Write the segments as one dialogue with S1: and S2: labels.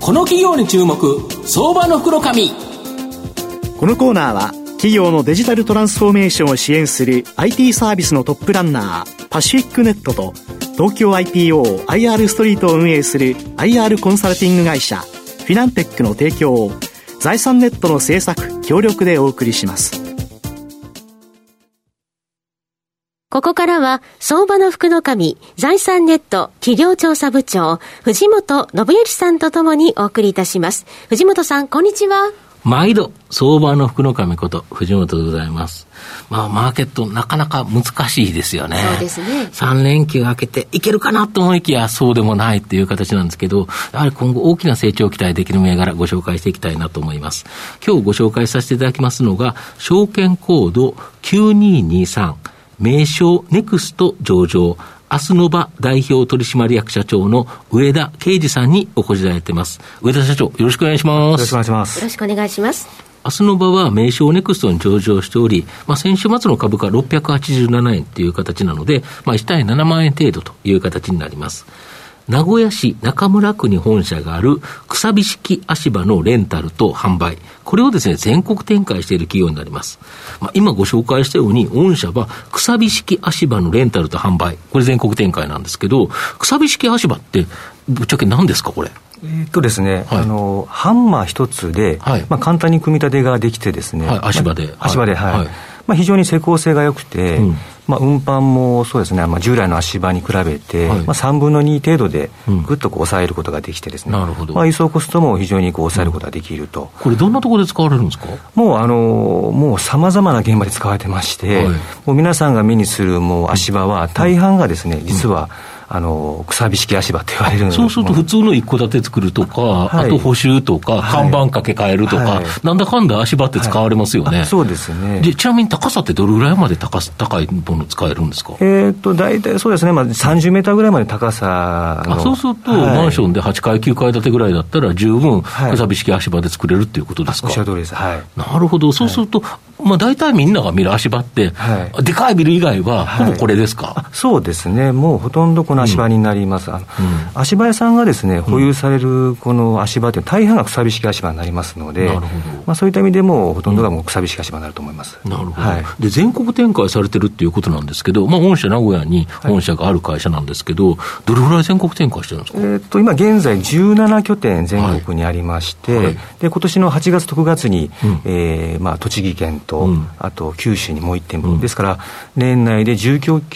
S1: この企業に注目、相場の福の神。
S2: このコーナーは企業のデジタルトランスフォーメーションを支援する IT サービスのトップランナーパシフィックネットと東京 IPO IR ストリートを運営する IR コンサルティング会社フィナンテックの提供を財産ネットの制作協力でお送りします。
S3: ここからは相場の福の神財産ネット企業調査部長藤本信之さんとともにお送りいたします。藤本さん、こんにちは。
S4: 毎度相場の福の神こと藤本でございます。マーケットなかなか難しいですよね。
S3: そうですね。
S4: 3連休明けていけるかなと思いきやそうでもないっていう形なんですけど、やはり今後大きな成長を期待できる銘柄ご紹介していきたいなと思います。今日ご紹介させていただきますのが証券コード9223名称ネクスト上場アスノバ代表取締役社長の上田啓二さんにお越しいただいています。上田社長、よろしくお願いします。
S2: よろしくお願いします。
S3: よろしくお願いします。
S4: アスノバは名称ネクストに上場しており、先週末の株価687円という形なので、1対7万円程度という形になります。名古屋市中村区に本社があるくさび式足場のレンタルと販売、これをですね全国展開している企業になります。今ご紹介したように御社はくさび式足場のレンタルと販売、これ全国展開なんですけど、くさび式足場ってぶっちゃけ何ですかこれ。
S5: ですね、
S4: はい、
S5: ハンマー一つで、はい、簡単に組み立てができてですね、
S4: はい、足場で、
S5: 足場で、はいはい、非常に施工性が良くて、運搬もそうですね、従来の足場に比べて、はい3分の2程度でぐっと抑えることができてですね、
S4: なるほど。
S5: 輸送コストも非常に抑えることができると。
S4: これどんなところで使われるんですか。
S5: もう様々な現場で使われてまして、もう皆さんが目にするもう足場は大半がですね、実はくさび式足場って言われる。
S4: そうすると普通の一戸建て作るとか、はい、あと補修とか、看板掛け替えるとか、はい、なんだかんだ足場って使われますよね。
S5: そうですね。
S4: でちなみに高さってどれぐらいまで高いもの使えるんですか。
S5: 大体そうですね、30メーターぐらいまで高さの。
S4: そうすると、マンションで8階9階建てぐらいだったら十分くさび式足場で作れるっていうことですか。
S5: おっしゃる通りです。はい。
S4: なるほど。そうすると、大体みんなが見る足場って、でかいビル以外はほぼこれですか。
S5: そうですね。もうほとんどこの足場になります。足場屋さんがですね保有されるこの足場というのは大半がくさび式足場になりますので、なるほど。そういった意味でもほとんどがもうくさび式足場になると思います。
S4: なるほど。で全国展開されてるっていうことなんですけど、本社名古屋に本社がある会社なんですけど、どれぐらい全国展開してるんですか。
S5: 今現在17拠点全国にありまして、で今年の8月と9月に、栃木県と、あと九州にもう1店舗、ですから年内で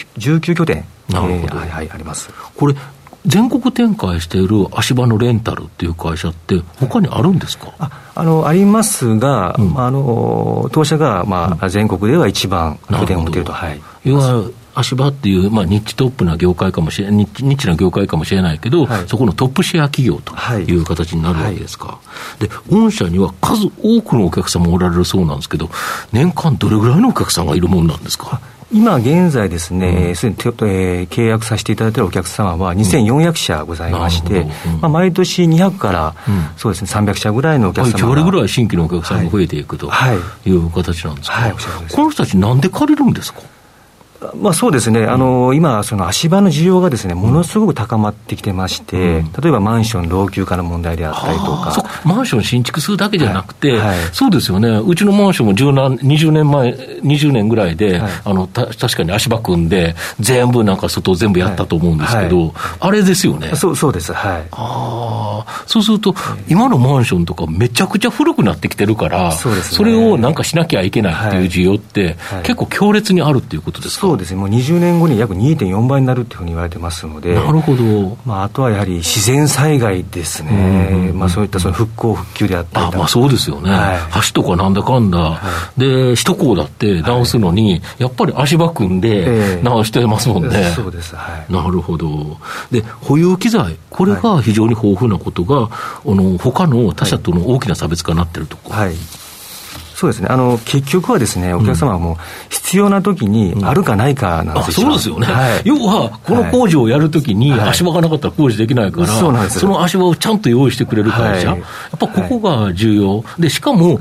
S5: 19拠点あります。
S4: これ全国展開している足場のレンタルっていう会社って他にあるんですか。
S5: ありますが、当社が、全国では一番拠点を持っていると。
S4: いわゆる足場っていう、ニッチトップな業界かもしれない、ニッチな業界かもしれないけど、そこのトップシェア企業という形になるわけですか。で御社には数多くのお客様おられるそうなんですけど、年間どれぐらいのお客さんがいるもんなんですか。
S5: 今現在ですね、すでに契約させていただいているお客様は2400社ございまして、毎年200から、そうですね、300社ぐらいのお客様が
S4: 1割ぐらい新規のお客さんが増えていくという形なんですか。この人たちなんで借りるんですか。
S5: そうですね、今その足場の需要がですねものすごく高まってきてまして、例えばマンション老朽化の問題であったりとか。
S4: マンション新築するだけじゃなくて、そうですよね。うちのマンションも20年前20年ぐらいで、確かに足場組んで全部なんか外全部やったと思うんですけど、あれですよね。
S5: そうです。
S4: そうすると、今のマンションとかめちゃくちゃ古くなってきてるから、それをなんかしなきゃいけないっていう需要って、結構強烈にあるっていうことですか。
S5: そうですね。もう20年後に約 2.4 倍になるっていうふうに言われてますので。
S4: なるほど。
S5: あとはやはり自然災害ですね。そういったその復興復旧であったりとか。
S4: そうですよね。橋とかなんだかんだ、で首都高だって直すのに、やっぱり足場組んで直してますもんね。
S5: そうです。
S4: なるほど。で保有機材、これが非常に豊富なことが、他の他社との大きな差別化になっているとか。
S5: そうですね。結局はですね、お客様はもう必要な時にあるかないかなんですよ。
S4: そうですよね。要はこの工事をやるときに足場がなかったら工事できないから、その足場をちゃんと用意してくれる会社、やっぱここが重要で、しかも近く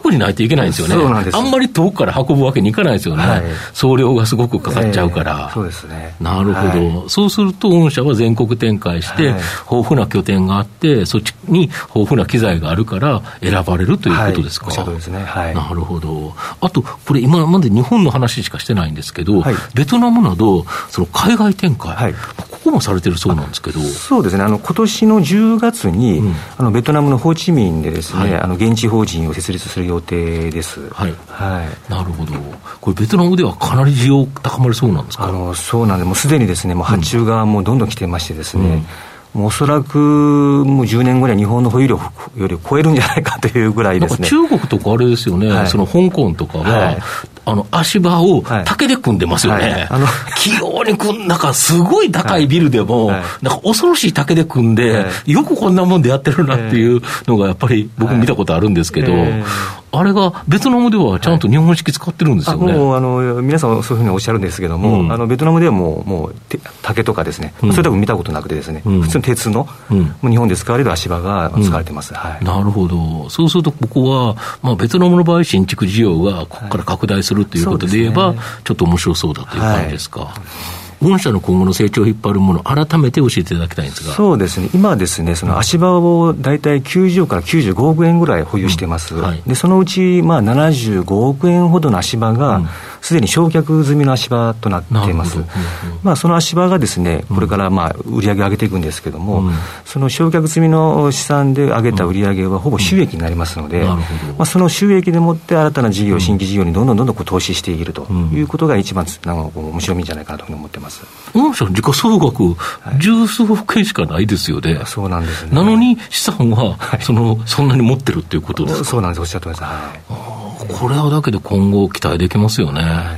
S4: くにないといけないんですよね。
S5: そうなんです。
S4: あんまり遠くから運ぶわけにいかないですよね、はい、送料がすごくかかっちゃうから、
S5: そうですね。
S4: なるほど、はい、そうすると御社は全国展開して、はい、豊富な拠点があってそっちに豊富な機材があるから選ばれるということですか。
S5: はい、おっしゃるとおりですね。はい、
S4: なるほど。あとこれ今まで日本の話しかしてないんですけど、はい、ベトナムなどその海外展開、はい、ここもされてるそうなんですけど。
S5: そうですね。今年の10月に、ベトナムのホーチミンでですね、はい、現地法人を設立する予定です。
S4: はい、はい、なるほど。これベトナムではかなり需要高まりそうなんですか。
S5: そうなんで、もうすでにですね、もう発注がもうどんどん来てましてですね、もうおそらくもう10年後には日本の保有量より超えるんじゃないかというぐらいですね。
S4: 中国とかあれですよね、はい、その香港とかは、はい、足場を竹で組んでますよね、はい、器用になんかすごい高いビルでも、はい、なんか恐ろしい竹で組んで、はい、よくこんなもんでやってるなっていうのがやっぱり僕見たことあるんですけど、あれがベトナムではちゃんと日本式使ってるんですよね。
S5: もう皆さんそういうふうにおっしゃるんですけども、ベトナムではもう竹とかですね、そういうとこ見たことなくてですね、普通の鉄の、もう日本で使われる足場が使われてます。はい、
S4: なるほど。そうするとここは、ベトナムの場合新築需要がここから拡大するということで言えば、ちょっと面白そうだという感じですか。御社の今後の成長を引っ張るもの、改めて教えていただきたいんですが。
S5: そうですね。今ですね、その足場を大体90億から95億円ぐらい保有しています。はい、でそのうち75億円ほどの足場がすでに償却済みの足場となっています。その足場がですね、これから売り上げを上げていくんですけども、その償却済みの資産で上げた売り上げはほぼ収益になりますので、その収益でもって新たな事業、新規事業にどんどん投資しているということが一番面白みじゃないかなと思っています。
S4: 御社の時価総額、十数億円しかないですよね。
S5: そうなんですね。
S4: なのに資産はそんなに持ってるっていうことですか。
S5: そうなんです。おっしゃってます。はい、
S4: これはだけで今後期待できますよね。はい、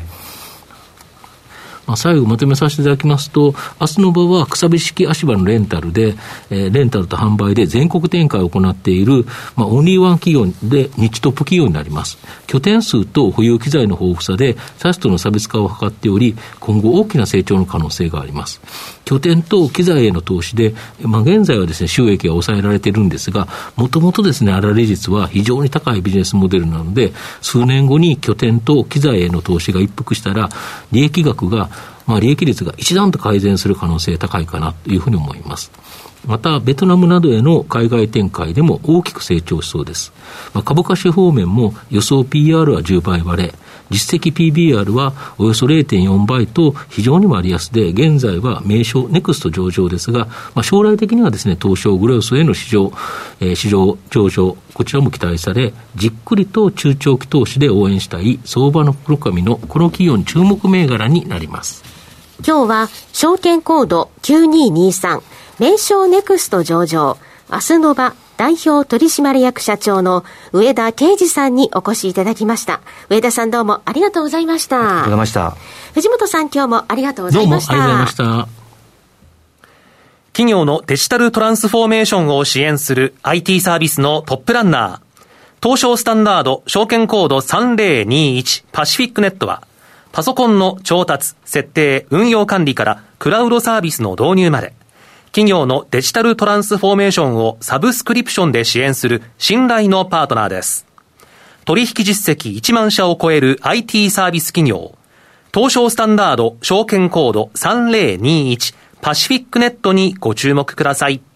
S4: 最後まとめさせていただきますと、明日の場はくさび式足場のレンタルで、レンタルと販売で全国展開を行っている、オンリーワン企業で日トップ企業になります。拠点数と保有機材の豊富さでサスとの差別化を図っており、今後大きな成長の可能性があります。拠点と機材への投資で、現在はですね、収益が抑えられているんですが、もともとですね、粗利率は非常に高いビジネスモデルなので、数年後に拠点と機材への投資が一服したら、利益額が利益率が一段と改善する可能性高いかなというふうに思います。またベトナムなどへの海外展開でも大きく成長しそうです。株価指方面も予想 PR は10倍割れ、実績 PBR はおよそ 0.4 倍と非常に割安で、現在は名称ネクスト上場ですが、将来的にはですね、東証グロースへの市場上場、こちらも期待され、じっくりと中長期投資で応援したい相場の黒髪のこの企業に注目銘柄になります。
S3: 今日は証券コード9223名称ネクスト上場アスノバ代表取締役社長の上田啓二さんにお越しいただきました。上田さん、どうもありがとうございました。
S5: ありがとうございました。
S3: 藤本さん、今日もありがとうございました。
S4: どうもありがとうございました。
S1: 企業のデジタルトランスフォーメーションを支援する IT サービスのトップランナー、東証スタンダード証券コード3021パシフィックネットは、パソコンの調達、設定、運用管理からクラウドサービスの導入まで、企業のデジタルトランスフォーメーションをサブスクリプションで支援する信頼のパートナーです。取引実績1万社を超える IT サービス企業、東証スタンダード証券コード3021パシフィックネットにご注目ください。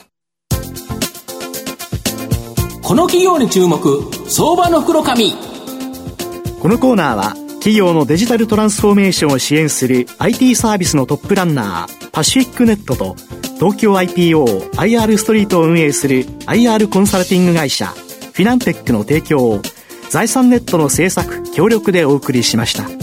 S2: この企業に注目、相場の袋紙。 このコーナーは企業のデジタルトランスフォーメーションを支援する IT サービスのトップランナーパシフィックネットと、東京 IPO、IR ストリートを運営する IR コンサルティング会社フィナンテックの提供を財産ネットの制作協力でお送りしました。